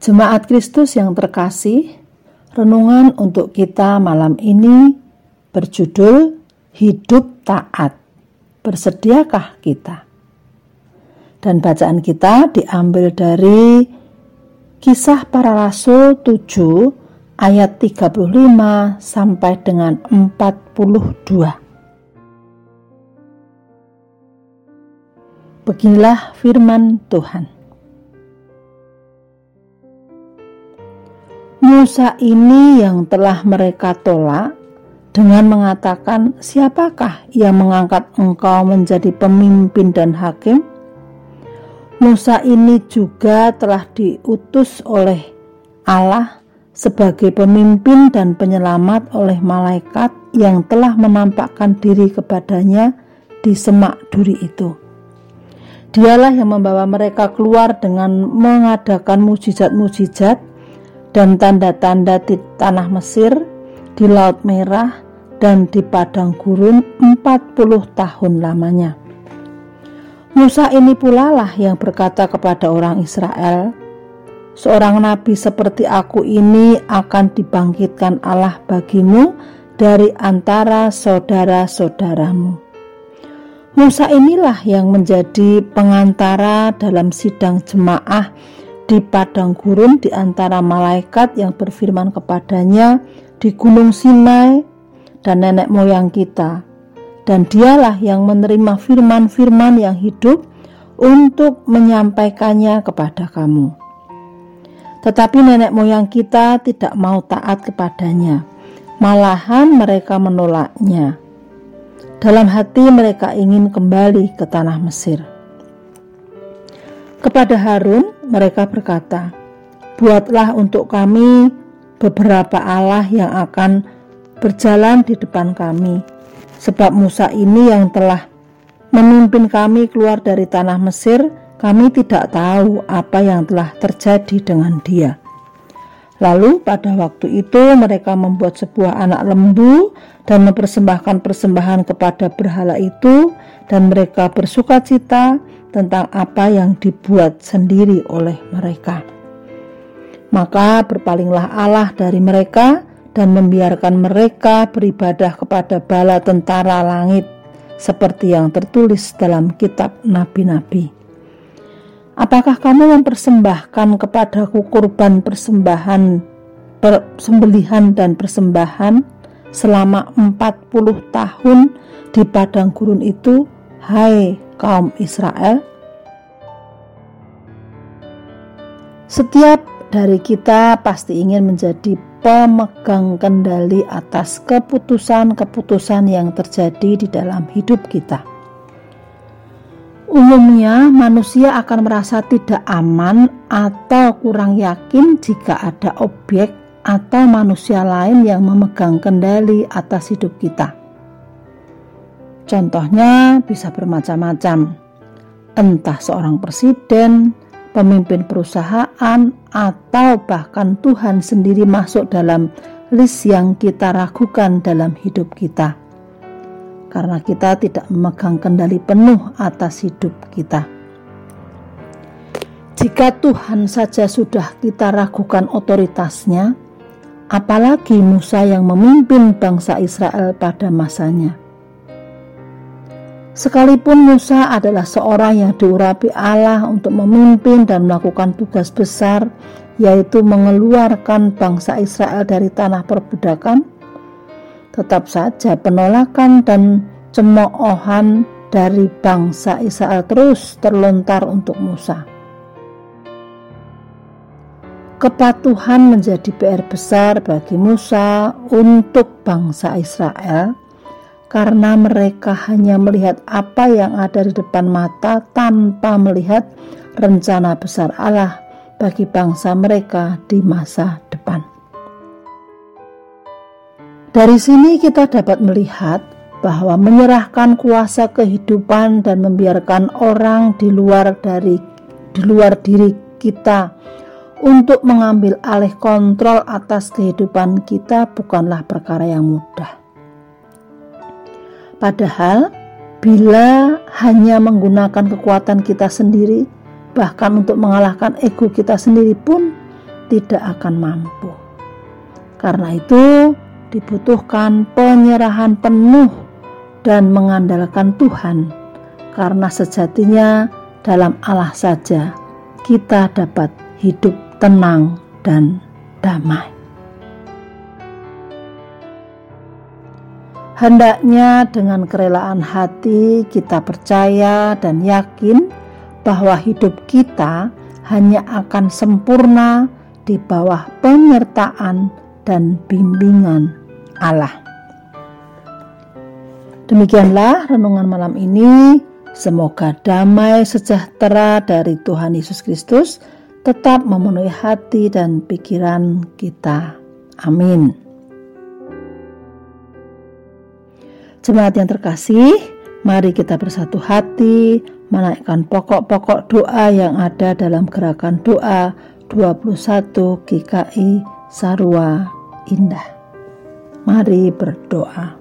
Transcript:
Jemaat Kristus yang terkasih, renungan untuk kita malam ini berjudul Hidup Taat. Bersediakah kita? Dan bacaan kita diambil dari Kisah Para Rasul 7 ayat 35 sampai dengan 42. Beginilah firman Tuhan. Musa ini yang telah mereka tolak dengan mengatakan, "Siapakah yang mengangkat engkau menjadi pemimpin dan hakim?" Musa ini juga telah diutus oleh Allah sebagai pemimpin dan penyelamat oleh malaikat yang telah menampakkan diri kepadanya di semak duri itu. Dialah yang membawa mereka keluar dengan mengadakan mujizat-mujizat dan tanda-tanda di tanah Mesir, di Laut Merah, dan di padang gurun 40 tahun lamanya. Musa ini pula lah yang berkata kepada orang Israel, "Seorang nabi seperti aku ini akan dibangkitkan Allah bagimu dari antara saudara-saudaramu." Musa inilah yang menjadi pengantara dalam sidang jemaah di padang gurun di antara malaikat yang berfirman kepadanya di Gunung Sinai dan nenek moyang kita. Dan dialah yang menerima firman-firman yang hidup untuk menyampaikannya kepada kamu. Tetapi nenek moyang kita tidak mau taat kepadanya, malahan mereka menolaknya. Dalam hati mereka ingin kembali ke tanah Mesir. Kepada Harun mereka berkata, "Buatlah untuk kami beberapa Allah yang akan berjalan di depan kami, sebab Musa ini yang telah memimpin kami keluar dari tanah Mesir, kami tidak tahu apa yang telah terjadi dengan dia." Lalu pada waktu itu mereka membuat sebuah anak lembu dan mempersembahkan persembahan kepada berhala itu, dan mereka bersukacita tentang apa yang dibuat sendiri oleh mereka. Maka berpalinglah Allah dari mereka dan membiarkan mereka beribadah kepada bala tentara langit, seperti yang tertulis dalam kitab nabi-nabi. "Apakah kamu mempersembahkan kepadaku kurban sembelihan dan persembahan selama 40 tahun di padang gurun itu, hai kaum Israel?" Setiap dari kita pasti ingin menjadi pemegang kendali atas keputusan-keputusan yang terjadi di dalam hidup kita. Umumnya manusia akan merasa tidak aman atau kurang yakin jika ada objek atau manusia lain yang memegang kendali atas hidup kita. Contohnya bisa bermacam-macam, entah seorang presiden, pemimpin perusahaan, atau bahkan Tuhan sendiri masuk dalam list yang kita ragukan dalam hidup kita, karena kita tidak memegang kendali penuh atas hidup kita. Jika Tuhan saja sudah kita ragukan otoritasnya, apalagi Musa yang memimpin bangsa Israel pada masanya. Sekalipun Musa adalah seorang yang diurapi Allah untuk memimpin dan melakukan tugas besar, yaitu mengeluarkan bangsa Israel dari tanah perbudakan, tetap saja penolakan dan cemoohan dari bangsa Israel terus terlontar untuk Musa. Kepatuhan menjadi PR besar bagi Musa untuk bangsa Israel, karena mereka hanya melihat apa yang ada di depan mata tanpa melihat rencana besar Allah bagi bangsa mereka di masa depan. Dari sini kita dapat melihat bahwa menyerahkan kuasa kehidupan dan membiarkan orang di luar diri kita untuk mengambil alih kontrol atas kehidupan kita bukanlah perkara yang mudah. Padahal bila hanya menggunakan kekuatan kita sendiri, bahkan untuk mengalahkan ego kita sendiri pun tidak akan mampu. Karena itu dibutuhkan penyerahan penuh dan mengandalkan Tuhan, karena sejatinya dalam Allah saja kita dapat hidup tenang dan damai. Hendaknya dengan kerelaan hati kita percaya dan yakin bahwa hidup kita hanya akan sempurna di bawah penyertaan dan bimbingan Allah. Demikianlah renungan malam ini. Semoga damai sejahtera dari Tuhan Yesus Kristus tetap memenuhi hati dan pikiran kita. Amin. Jemaat yang terkasih, mari kita bersatu hati menaikkan pokok-pokok doa yang ada dalam gerakan doa 21 GKI Sarua Indah. Mari berdoa.